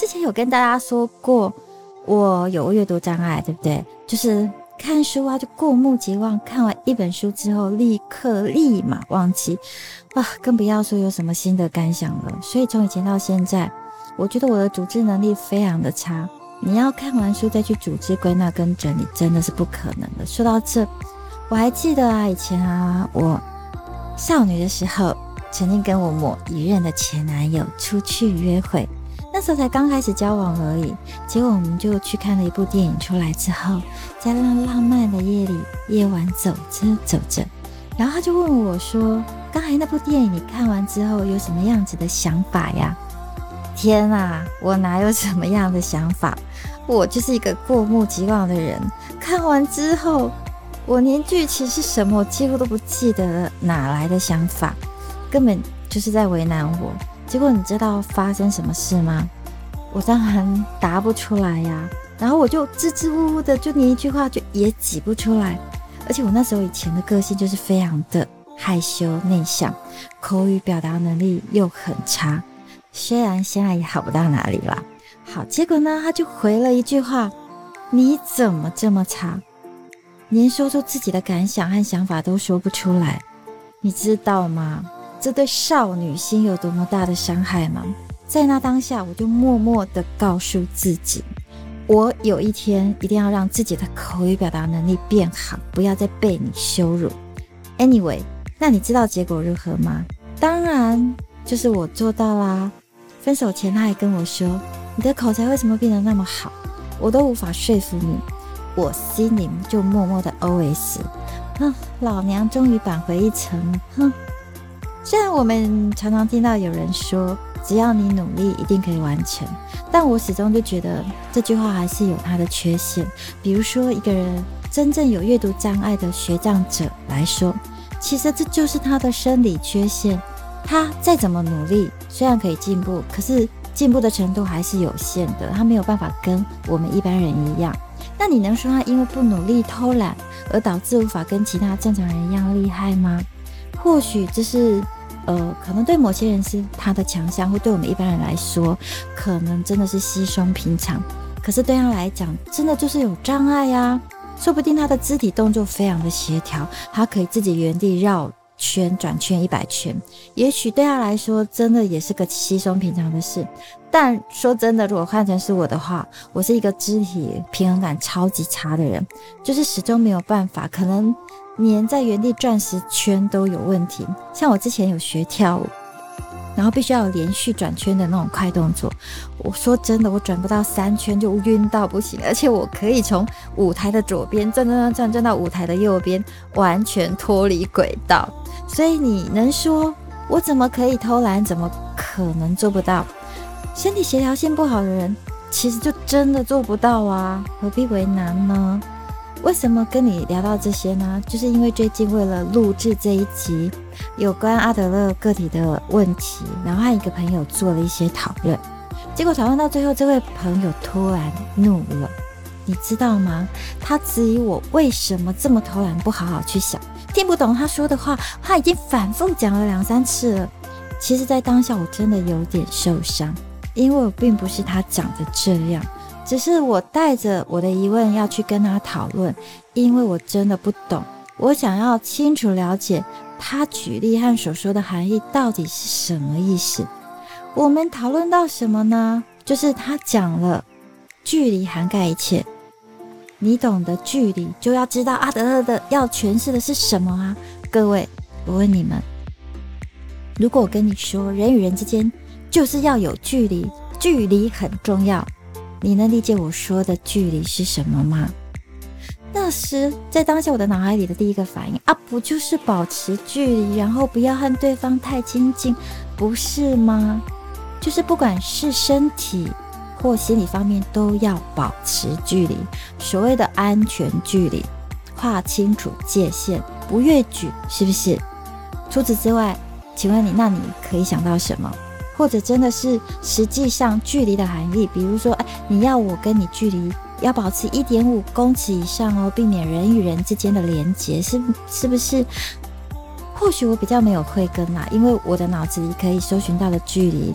前有跟大家说过，我有阅读障碍，对不对？就是看书啊，就过目即忘，看完一本书之后，立马忘记，更不要说有什么新的感想了。所以从以前到现在，我觉得我的组织能力非常的差。你要看完书再去组织归纳跟整理，真的是不可能的。说到这，我还记得啊，以前啊，我少女的时候，曾经跟我某一任的前男友出去约会。那时候才刚开始交往而已，结果我们就去看了一部电影，出来之后，在那浪漫的夜晚走着，然后他就问我说，刚才那部电影你看完之后有什么样子的想法呀？天啊，我哪有什么样的想法，我就是一个过目即忘的人，看完之后我连剧情是什么我几乎都不记得了，哪来的想法，根本就是在为难我。结果你知道发生什么事吗？我当然答不出来呀，然后我就支支吾吾的，就连一句话就也挤不出来。而且我那时候以前的个性就是非常的害羞内向，口语表达能力又很差，虽然现在也好不到哪里啦。好，结果呢，他就回了一句话，你怎么这么差，连说出自己的感想和想法都说不出来，你知道吗？这对少女心有多么大的伤害吗？在那当下，我就默默地告诉自己，我有一天一定要让自己的口语表达能力变好，不要再被你羞辱。Anyway， 那你知道结果如何吗？当然就是我做到啦。分手前他还跟我说，你的口才为什么变得那么好，我都无法说服你。我心里就默默的 OS， 老娘终于扳回一城了。虽然我们常常听到有人说，只要你努力一定可以完成，但我始终就觉得这句话还是有它的缺陷。比如说一个人真正有阅读障碍的学障者来说，其实这就是他的生理缺陷，他再怎么努力，虽然可以进步，可是进步的程度还是有限的，他没有办法跟我们一般人一样。那你能说他因为不努力偷懒而导致无法跟其他正常人一样厉害吗？或许这是可能对某些人是他的强项，或对我们一般人来说可能真的是稀松平常，可是对他来讲真的就是有障碍呀。说不定他的肢体动作非常的协调，他可以自己原地绕圈转圈100圈，也许对他来说真的也是个稀松平常的事。但说真的，如果换成是我的话，我是一个肢体平衡感超级差的人，就是始终没有办法，可能连在原地转10圈都有问题。像我之前有学跳舞，然后必须要有连续转圈的那种快动作，我说真的，我转不到3圈就晕到不行，而且我可以从舞台的左边转到舞台的右边，完全脱离轨道。所以你能说我怎么可以偷懒，怎么可能做不到？身体协调性不好的人其实就真的做不到啊，何必为难呢？为什么跟你聊到这些呢？就是因为最近为了录制这一集有关阿德勒个体的问题，然后和一个朋友做了一些讨论，结果讨论到最后，这位朋友突然怒了，你知道吗？他质疑我为什么这么偷懒，不好好去想，听不懂他说的话，他已经反复讲了2、3次了。其实在当下我真的有点受伤，因为我并不是他讲的这样，只是我带着我的疑问要去跟他讨论，因为我真的不懂，我想要清楚了解他举例和所说的含义到底是什么意思。我们讨论到什么呢？就是他讲了距离涵盖一切，你懂得距离，就要知道阿德勒的要诠释的是什么啊。各位，我问你们，如果我跟你说人与人之间就是要有距离，距离很重要，你能理解我说的距离是什么吗？那时在当下我的脑海里的第一个反应不就是保持距离，然后不要和对方太亲近，不是吗？就是不管是身体或心理方面都要保持距离，所谓的安全距离，划清楚界限，不越矩，是不是？除此之外，请问你，那你可以想到什么？或者真的是实际上距离的含义，比如说你要我跟你距离要保持1.5公尺以上哦，避免人与人之间的连结，是不是？或许我比较没有慧根啦，因为我的脑子里可以搜寻到的距离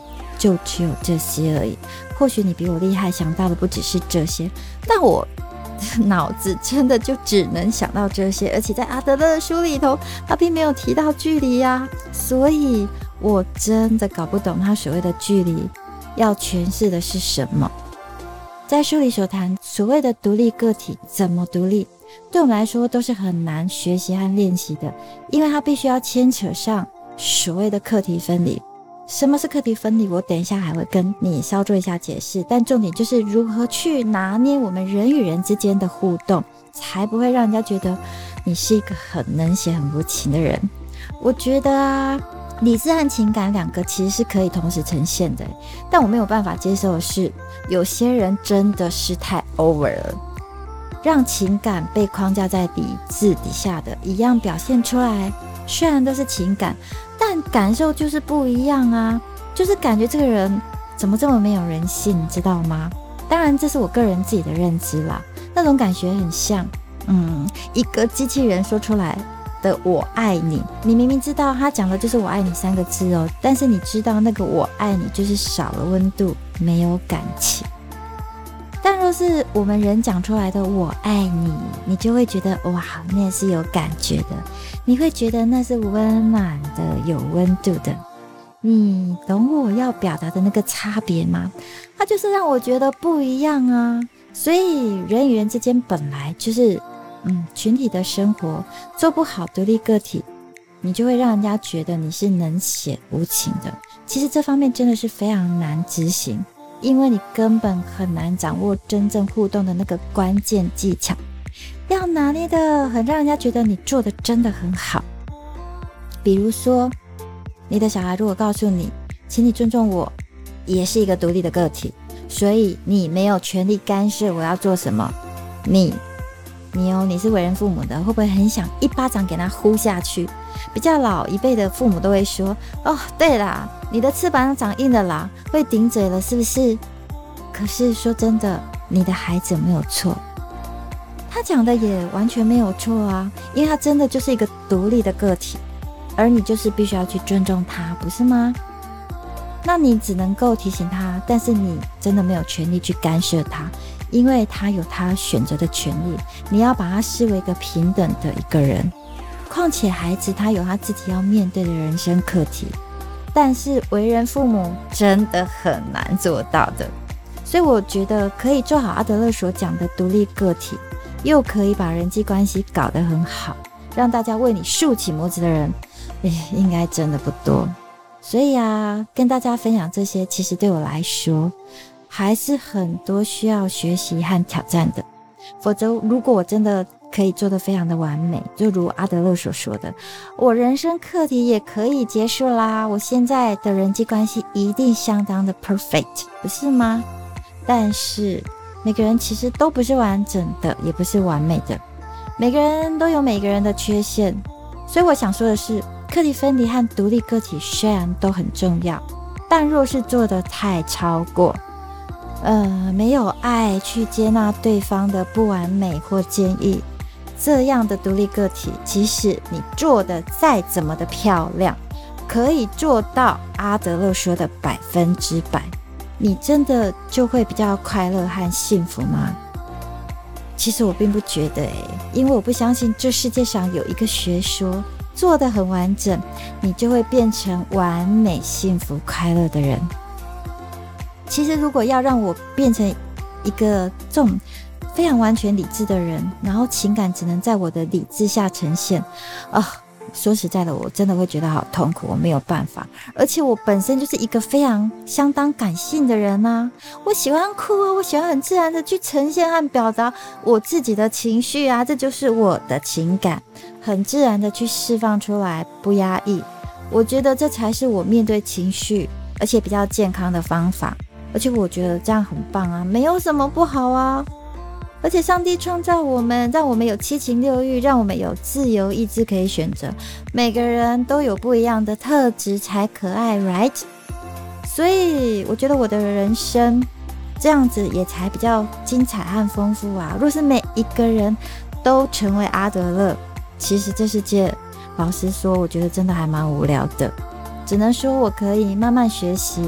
就只有这些而已。或许你比我厉害，想到的不只是这些，但我脑子真的就只能想到这些，而且在阿德勒的书里头，他并没有提到距离啊，所以我真的搞不懂他所谓的距离要诠释的是什么。在书里所谈所谓的独立个体怎么独立，对我们来说都是很难学习和练习的，因为它必须要牵扯上所谓的课题分离。什么是课题分离？我等一下还会跟你稍做一下解释，但重点就是如何去拿捏我们人与人之间的互动，才不会让人家觉得你是一个很冷血很无情的人。我觉得啊，理智和情感两个其实是可以同时呈现的，但我没有办法接受的是，有些人真的是太 over 了，让情感被框架在理智底下的一样表现出来，虽然都是情感，但感受就是不一样啊，就是感觉这个人怎么这么没有人性，你知道吗？当然这是我个人自己的认知啦，那种感觉很像一个机器人说出来的我爱你，你明明知道他讲的就是我爱你3个字哦，但是你知道那个我爱你就是少了温度，没有感情。但若是我们人讲出来的我爱你，你就会觉得哇，那是有感觉的，你会觉得那是温暖的，有温度的。你懂我要表达的那个差别吗？它就是让我觉得不一样啊。所以人与人之间本来就是群体的生活，做不好独立个体，你就会让人家觉得你是冷血无情的。其实这方面真的是非常难执行，因为你根本很难掌握真正互动的那个关键技巧，要拿捏的很让人家觉得你做的真的很好。比如说你的小孩如果告诉你，请你尊重我也是一个独立的个体，所以你没有权利干涉我要做什么，你是为人父母的，会不会很想一巴掌给他呼下去？比较老一辈的父母都会说，哦对啦，你的翅膀长硬了啦，会顶嘴了是不是？可是说真的，你的孩子没有错，他讲的也完全没有错啊，因为他真的就是一个独立的个体，而你就是必须要去尊重他，不是吗？那你只能够提醒他，但是你真的没有权利去干涉他，因为他有他选择的权利，你要把他视为一个平等的一个人。况且孩子他有他自己要面对的人生课题，但是为人父母真的很难做到的。所以我觉得可以做好阿德勒所讲的独立个体，又可以把人际关系搞得很好，让大家为你竖起拇指的人应该真的不多。所以啊，跟大家分享这些，其实对我来说还是很多需要学习和挑战的。否则如果我真的可以做得非常的完美，就如阿德勒所说的，我人生课题也可以结束啦，我现在的人际关系一定相当的 perfect， 不是吗？但是每个人其实都不是完整的，也不是完美的，每个人都有每个人的缺陷。所以我想说的是，课题分离和独立个体虽然都很重要，但若是做得太超过，没有爱去接纳对方的不完美或建议，这样的独立个体，即使你做得再怎么的漂亮，可以做到阿德勒说的100%，你真的就会比较快乐和幸福吗？其实我并不觉得因为我不相信这世界上有一个学说做得很完整，你就会变成完美幸福快乐的人。其实如果要让我变成一个这种非常完全理智的人，然后情感只能在我的理智下呈现说实在的，我真的会觉得好痛苦，我没有办法。而且我本身就是一个非常相当感性的人啊，我喜欢哭啊，我喜欢很自然的去呈现和表达我自己的情绪啊，这就是我的情感，很自然的去释放出来，不压抑。我觉得这才是我面对情绪而且比较健康的方法，而且我觉得这样很棒啊，没有什么不好啊。而且上帝创造我们，让我们有七情六欲，让我们有自由意志可以选择，每个人都有不一样的特质才可爱 right？ 所以我觉得我的人生这样子也才比较精彩和丰富啊。若是每一个人都成为阿德勒，其实这世界老实说我觉得真的还蛮无聊的，只能说我可以慢慢学习，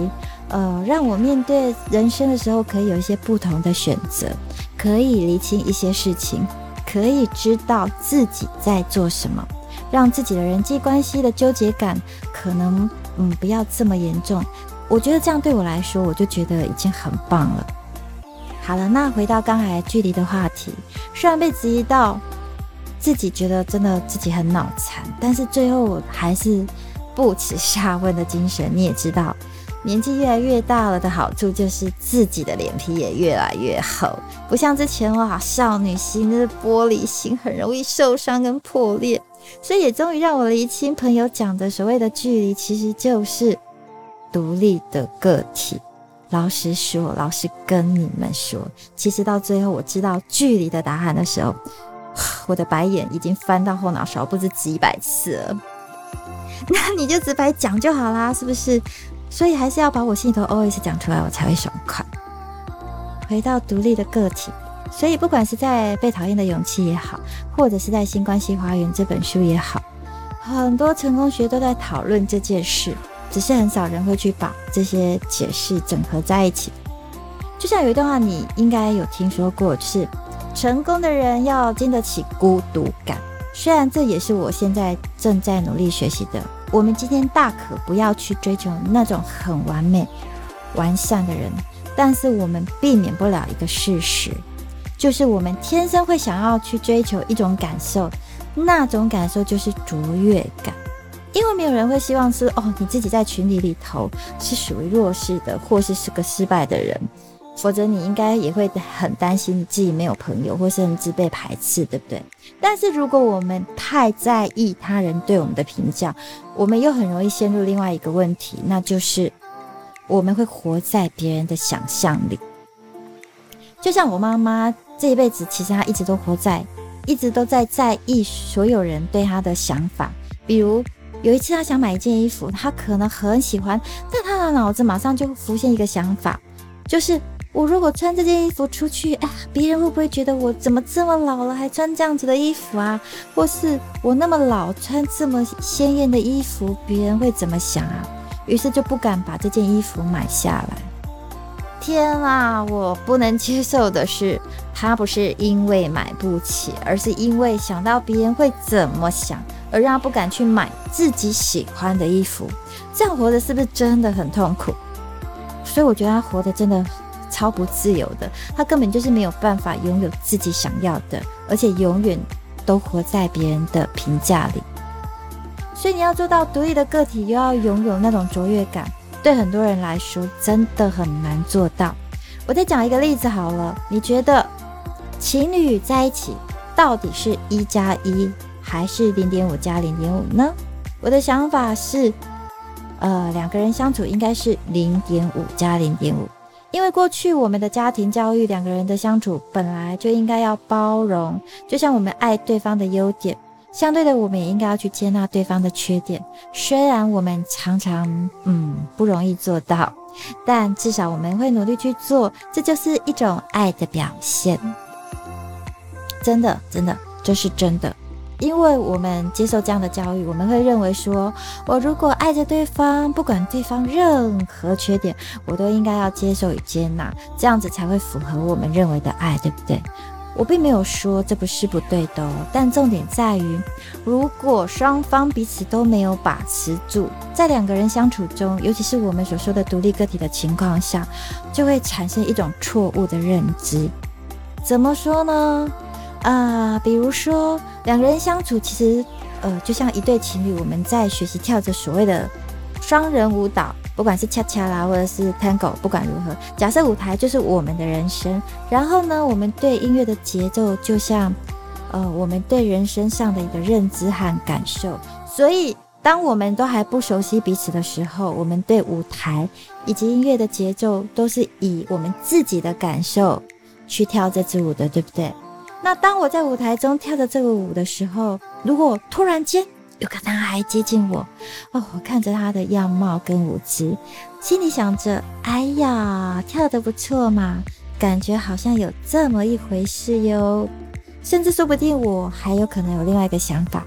让我面对人生的时候可以有一些不同的选择，可以厘清一些事情，可以知道自己在做什么，让自己的人际关系的纠结感可能不要这么严重。我觉得这样对我来说，我就觉得已经很棒了。好了，那回到刚才距离的话题，虽然被质疑到自己觉得真的自己很脑残，但是最后还是不耻下问的精神。你也知道，年纪越来越大了的好处就是自己的脸皮也越来越厚，不像之前哇，少女心的玻璃心很容易受伤跟破裂。所以也终于让我厘清朋友讲的所谓的距离，其实就是独立的个体。老实说，老实跟你们说，其实到最后我知道距离的答案的时候，我的白眼已经翻到后脑勺不知几百次了。那你就直白讲就好啦，是不是？所以还是要把我心里头 OS 讲出来，我才会爽快。回到独立的个体，所以不管是在被讨厌的勇气也好，或者是在新关系花园这本书也好，很多成功学都在讨论这件事，只是很少人会去把这些解释整合在一起。就像有一段话你应该有听说过，就是成功的人要经得起孤独感。虽然这也是我现在正在努力学习的，我们今天大可不要去追求那种很完美完善的人，但是我们避免不了一个事实，就是我们天生会想要去追求一种感受，那种感受就是卓越感。因为没有人会希望是你自己在群体里头是属于弱势的，或是个失败的人，否则你应该也会很担心你自己没有朋友，或甚至被排斥，对不对？但是如果我们太在意他人对我们的评价，我们又很容易陷入另外一个问题，那就是我们会活在别人的想象里。就像我妈妈这一辈子，其实她一直都在意所有人对她的想法。比如有一次她想买一件衣服，她可能很喜欢，但她的脑子马上就浮现一个想法，就是我如果穿这件衣服出去，别人会不会觉得我怎么这么老了还穿这样子的衣服啊？或是我那么老穿这么鲜艳的衣服，别人会怎么想啊？于是就不敢把这件衣服买下来。天啊，我不能接受的是，他不是因为买不起，而是因为想到别人会怎么想，而让他不敢去买自己喜欢的衣服。这样活着是不是真的很痛苦？所以我觉得他活得真的超不自由的，他根本就是没有办法拥有自己想要的，而且永远都活在别人的评价里。所以你要做到独立的个体，又要拥有那种卓越感，对很多人来说真的很难做到。我再讲一个例子好了，你觉得情侣在一起到底是1+1还是0.5加0.5呢？我的想法是两个人相处应该是0.5加0.5，因为过去我们的家庭教育，两个人的相处本来就应该要包容，就像我们爱对方的优点，相对的我们也应该要去接纳对方的缺点。虽然我们常常不容易做到，但至少我们会努力去做，这就是一种爱的表现。真的这是真的。因为我们接受这样的教育，我们会认为说，我如果爱着对方，不管对方任何缺点，我都应该要接受与接纳，这样子才会符合我们认为的爱，对不对？我并没有说这不是不对的但重点在于，如果双方彼此都没有把持住，在两个人相处中，尤其是我们所说的独立个体的情况下，就会产生一种错误的认知。怎么说呢？比如说两个人相处，其实就像一对情侣，我们在学习跳着所谓的双人舞蹈，不管是恰恰啦或者是 tango， 不管如何，假设舞台就是我们的人生，然后呢，我们对音乐的节奏就像我们对人生上的一个认知和感受。所以当我们都还不熟悉彼此的时候，我们对舞台以及音乐的节奏都是以我们自己的感受去跳这支舞的，对不对？那当我在舞台中跳着这个舞的时候，如果突然间有个男孩接近我，我看着他的样貌跟舞姿，心里想着，哎呀，跳得不错嘛，感觉好像有这么一回事哟。甚至说不定我还有可能有另外一个想法，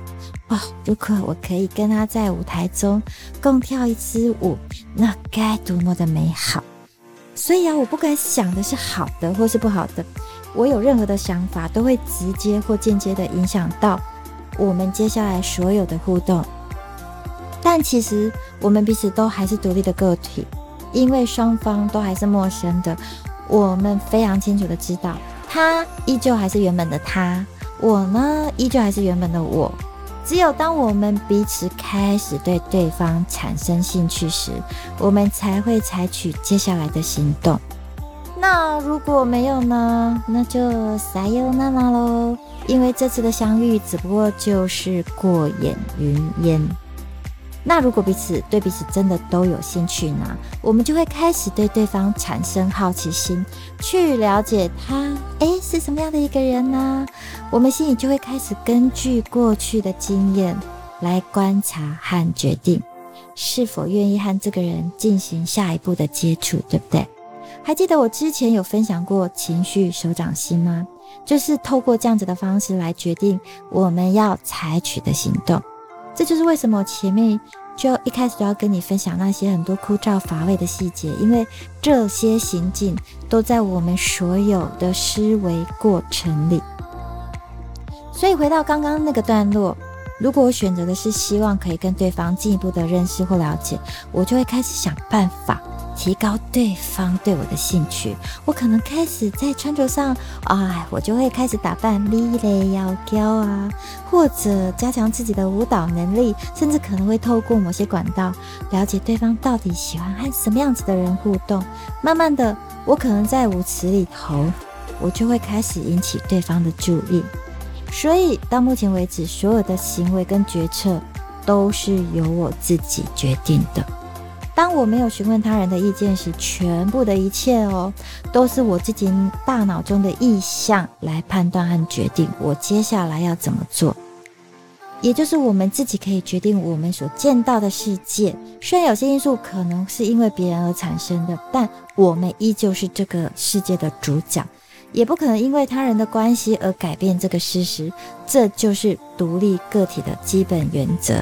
如果我可以跟他在舞台中共跳一支舞，那该多么的美好。所以我不管想的是好的或是不好的，我有任何的想法都会直接或间接的影响到我们接下来所有的互动。但其实我们彼此都还是独立的个体，因为双方都还是陌生的，我们非常清楚的知道他依旧还是原本的他，我呢依旧还是原本的我。只有当我们彼此开始对对方产生兴趣时，我们才会采取接下来的行动。那如果没有呢？那就撒由那拉咯，因为这次的相遇只不过就是过眼云烟。那如果对彼此真的都有兴趣呢，我们就会开始对对方产生好奇心，去了解他是什么样的一个人呢？我们心里就会开始根据过去的经验来观察和决定是否愿意和这个人进行下一步的接触，对不对？还记得我之前有分享过情绪手掌心吗？就是透过这样子的方式来决定我们要采取的行动。这就是为什么我前面就一开始就要跟你分享那些很多枯燥乏味的细节，因为这些行径都在我们所有的思维过程里。所以回到刚刚那个段落，如果我选择的是希望可以跟对方进一步的认识或了解，我就会开始想办法提高对方对我的兴趣。我可能开始在穿着上，我就会开始打扮美丽窈窕啊，或者加强自己的舞蹈能力，甚至可能会透过某些管道了解对方到底喜欢和什么样子的人互动。慢慢的，我可能在舞池里头，我就会开始引起对方的注意。所以到目前为止，所有的行为跟决策都是由我自己决定的。当我没有询问他人的意见时，全部的一切都是我自己大脑中的意象来判断和决定我接下来要怎么做。也就是我们自己可以决定我们所见到的世界，虽然有些因素可能是因为别人而产生的，但我们依旧是这个世界的主角，也不可能因为他人的关系而改变这个事实。这就是独立个体的基本原则。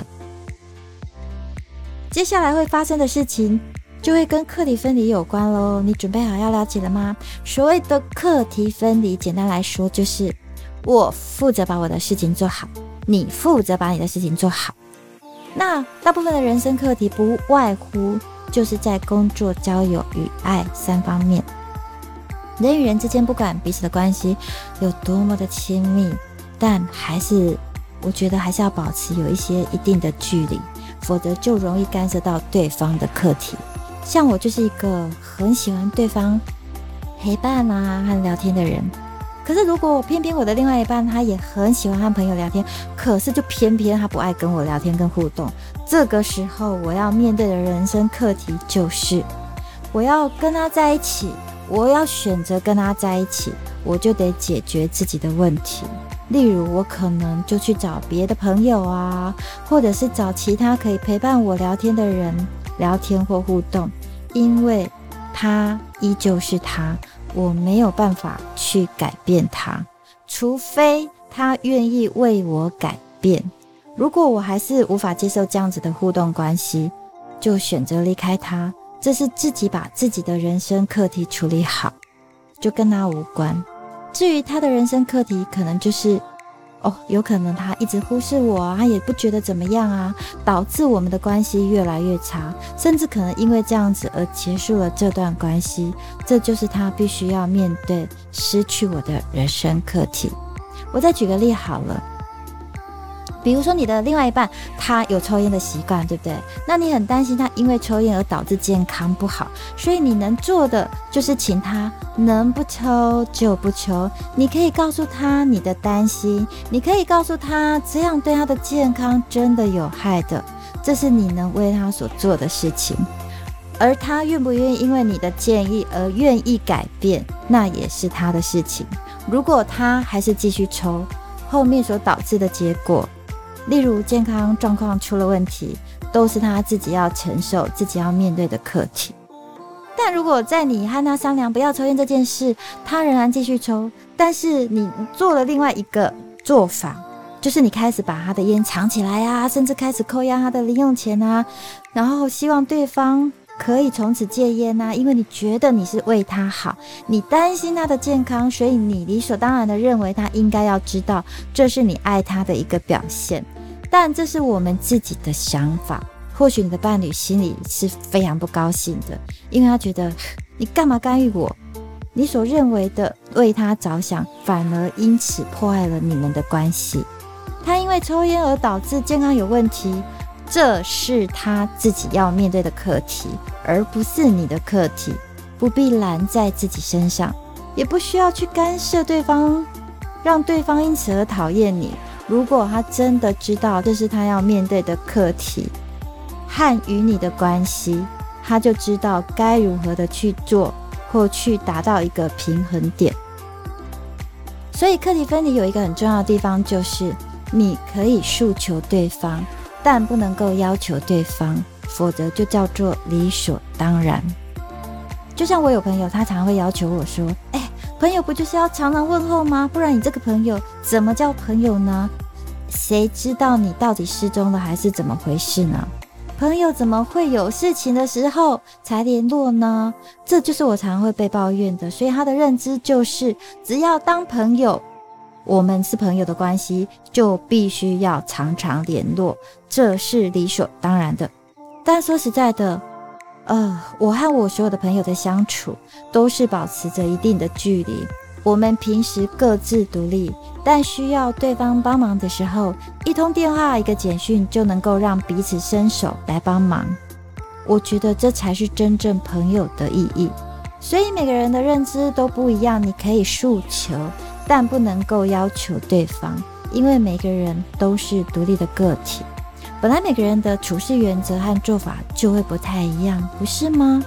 接下来会发生的事情就会跟课题分离有关咯，你准备好要了解了吗？所谓的课题分离，简单来说就是我负责把我的事情做好，你负责把你的事情做好。那大部分的人生课题不外乎就是在工作、交友与爱三方面。人与人之间不管彼此的关系有多么的亲密，但我觉得还是要保持有一定的距离，否则就容易干涉到对方的课题。像我就是一个很喜欢对方陪伴和聊天的人，可是如果偏偏我的另外一半他也很喜欢和朋友聊天，可是就偏偏他不爱跟我聊天跟互动，这个时候我要面对的人生课题就是我要跟他在一起，我要选择跟他在一起，我就得解决自己的问题。例如我可能就去找别的朋友或者是找其他可以陪伴我聊天的人聊天或互动，因为他依旧是他，我没有办法去改变他，除非他愿意为我改变。如果我还是无法接受这样子的互动关系，就选择离开他，这是自己把自己的人生课题处理好，就跟他无关。至于他的人生课题，可能就是有可能他一直忽视我他也不觉得怎么样导致我们的关系越来越差，甚至可能因为这样子而结束了这段关系。这就是他必须要面对失去我的人生课题。我再举个例好了，比如说你的另外一半他有抽烟的习惯，对不对？那你很担心他因为抽烟而导致健康不好，所以你能做的就是请他能不抽就不抽。你可以告诉他你的担心，你可以告诉他这样对他的健康真的有害的，这是你能为他所做的事情。而他愿不愿意因为你的建议而愿意改变，那也是他的事情。如果他还是继续抽，后面所导致的结果，例如健康状况出了问题，都是他自己要承受、自己要面对的课题。但如果在你和他商量不要抽烟这件事，他仍然继续抽，但是你做了另外一个做法， 就是你开始把他的烟藏起来啊，甚至开始扣押他的零用钱啊，然后希望对方可以从此戒烟啊，因为你觉得你是为他好，你担心他的健康，所以你理所当然的认为他应该要知道这是你爱他的一个表现。但这是我们自己的想法，或许你的伴侣心里是非常不高兴的，因为他觉得你干嘛干预我，你所认为的为他着想，反而因此破坏了你们的关系。他因为抽烟而导致健康有问题，这是他自己要面对的课题，而不是你的课题，不必揽在自己身上，也不需要去干涉对方，让对方因此而讨厌你。如果他真的知道这是他要面对的课题和与你的关系，他就知道该如何的去做，或去达到一个平衡点。所以课题分离有一个很重要的地方，就是你可以诉求对方，但不能够要求对方，否则就叫做理所当然。就像我有朋友，他常会要求我说，朋友不就是要常常问候吗？不然你这个朋友怎么叫朋友呢？谁知道你到底失踪了还是怎么回事呢？朋友怎么会有事情的时候才联络呢？这就是我常会被抱怨的。所以他的认知就是，只要当朋友，我们是朋友的关系，就必须要常常联络，这是理所当然的。但说实在的，我和我所有的朋友的相处都是保持着一定的距离，我们平时各自独立，但需要对方帮忙的时候，一通电话一个简讯就能够让彼此伸手来帮忙。我觉得这才是真正朋友的意义。所以每个人的认知都不一样，你可以诉求，但不能够要求对方，因为每个人都是独立的个体，本来每个人的处事原则和做法就会不太一样，不是吗？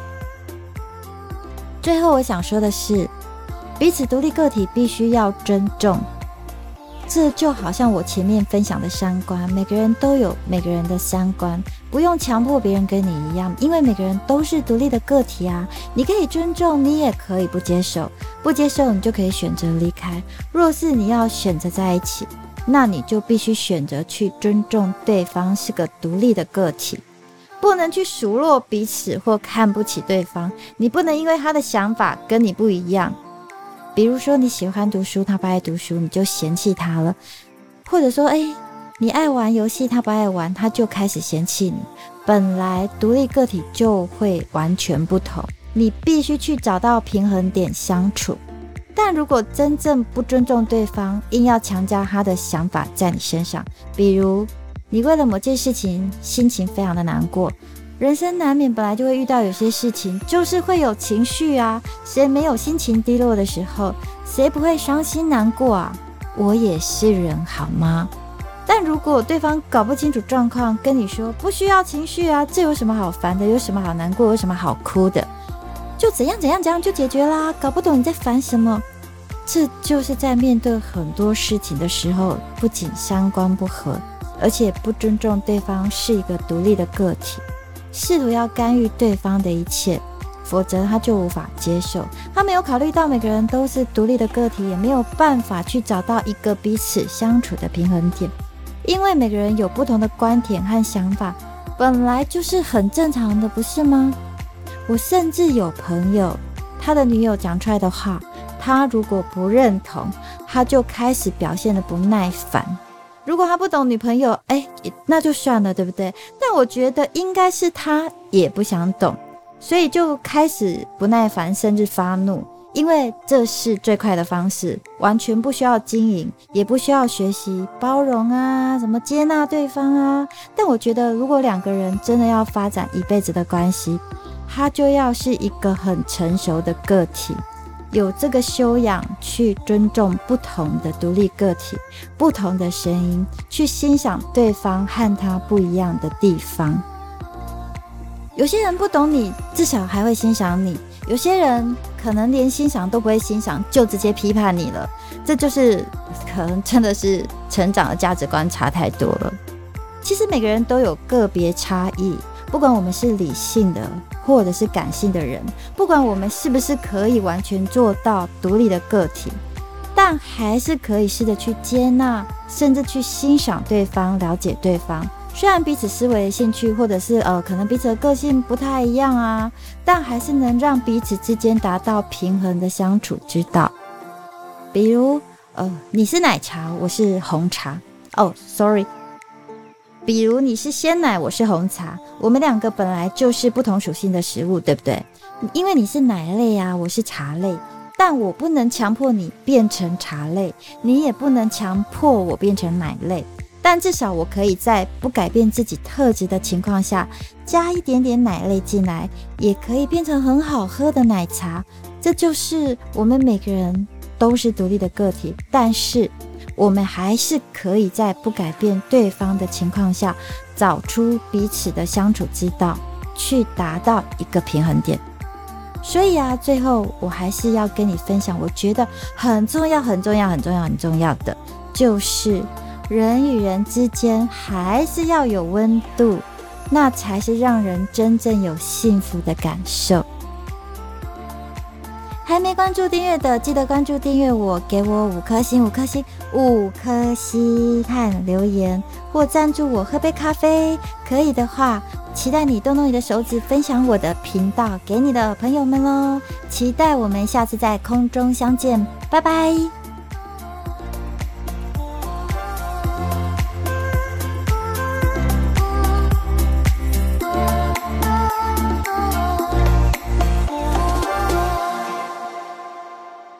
最后我想说的是，彼此独立个体必须要尊重。这就好像我前面分享的三观，每个人都有每个人的三观，不用强迫别人跟你一样，因为每个人都是独立的个体啊。你可以尊重，你也可以不接受，不接受你就可以选择离开。若是你要选择在一起，那你就必须选择去尊重对方是个独立的个体，不能去数落彼此或看不起对方。你不能因为他的想法跟你不一样，比如说你喜欢读书，他不爱读书，你就嫌弃他了；或者说你爱玩游戏，他不爱玩，他就开始嫌弃你。本来独立个体就会完全不同，你必须去找到平衡点相处。但如果真正不尊重对方，硬要强加他的想法在你身上，比如你为了某件事情心情非常的难过，人生难免本来就会遇到有些事情就是会有情绪啊，谁没有心情低落的时候，谁不会伤心难过啊？我也是人好吗？但如果对方搞不清楚状况，跟你说不需要情绪啊，这有什么好烦的，有什么好难过，有什么好哭的，就怎样怎样怎样就解决啦，搞不懂你在烦什么。这就是在面对很多事情的时候，不仅三观不合，而且不尊重对方是一个独立的个体，试图要干预对方的一切，否则他就无法接受。他没有考虑到每个人都是独立的个体，也没有办法去找到一个彼此相处的平衡点，因为每个人有不同的观点和想法，本来就是很正常的，不是吗？我甚至有朋友，他的女友讲出来的话，他如果不认同，他就开始表现得不耐烦。如果他不懂女朋友，那就算了，对不对？但我觉得应该是他也不想懂，所以就开始不耐烦，甚至发怒，因为这是最快的方式，完全不需要经营，也不需要学习包容啊，什么接纳对方啊。但我觉得如果两个人真的要发展一辈子的关系，他就要是一个很成熟的个体，有这个修养去尊重不同的独立个体，不同的声音，去欣赏对方和他不一样的地方。有些人不懂你，至少还会欣赏你；有些人可能连欣赏都不会欣赏，就直接批判你了。这就是可能真的是成长的价值观差太多了。其实每个人都有个别差异，不管我们是理性的或者是感性的人，不管我们是不是可以完全做到独立的个体， 但还是可以试着去接纳，甚至去欣赏对方，了解对方。虽然彼此思维、兴趣，或者是可能彼此的个性不太一样啊，但还是能让彼此之间达到平衡的相处之道。比如你是奶茶，我是红茶。sorry。比如你是鲜奶，我是红茶，我们两个本来就是不同属性的食物，对不对？因为你是奶类啊，我是茶类，但我不能强迫你变成茶类，你也不能强迫我变成奶类。但至少我可以在不改变自己特质的情况下，加一点点奶类进来，也可以变成很好喝的奶茶。这就是我们每个人都是独立的个体，但是我们还是可以在不改变对方的情况下，找出彼此的相处之道，去达到一个平衡点。所以啊，最后我还是要跟你分享，我觉得很重要的，就是人与人之间还是要有温度，那才是让人真正有幸福的感受。还没关注订阅的，记得关注订阅我，给我5颗星和留言，或赞助我喝杯咖啡。可以的话，期待你动动你的手指，分享我的频道给你的朋友们咯。期待我们下次在空中相见，拜拜。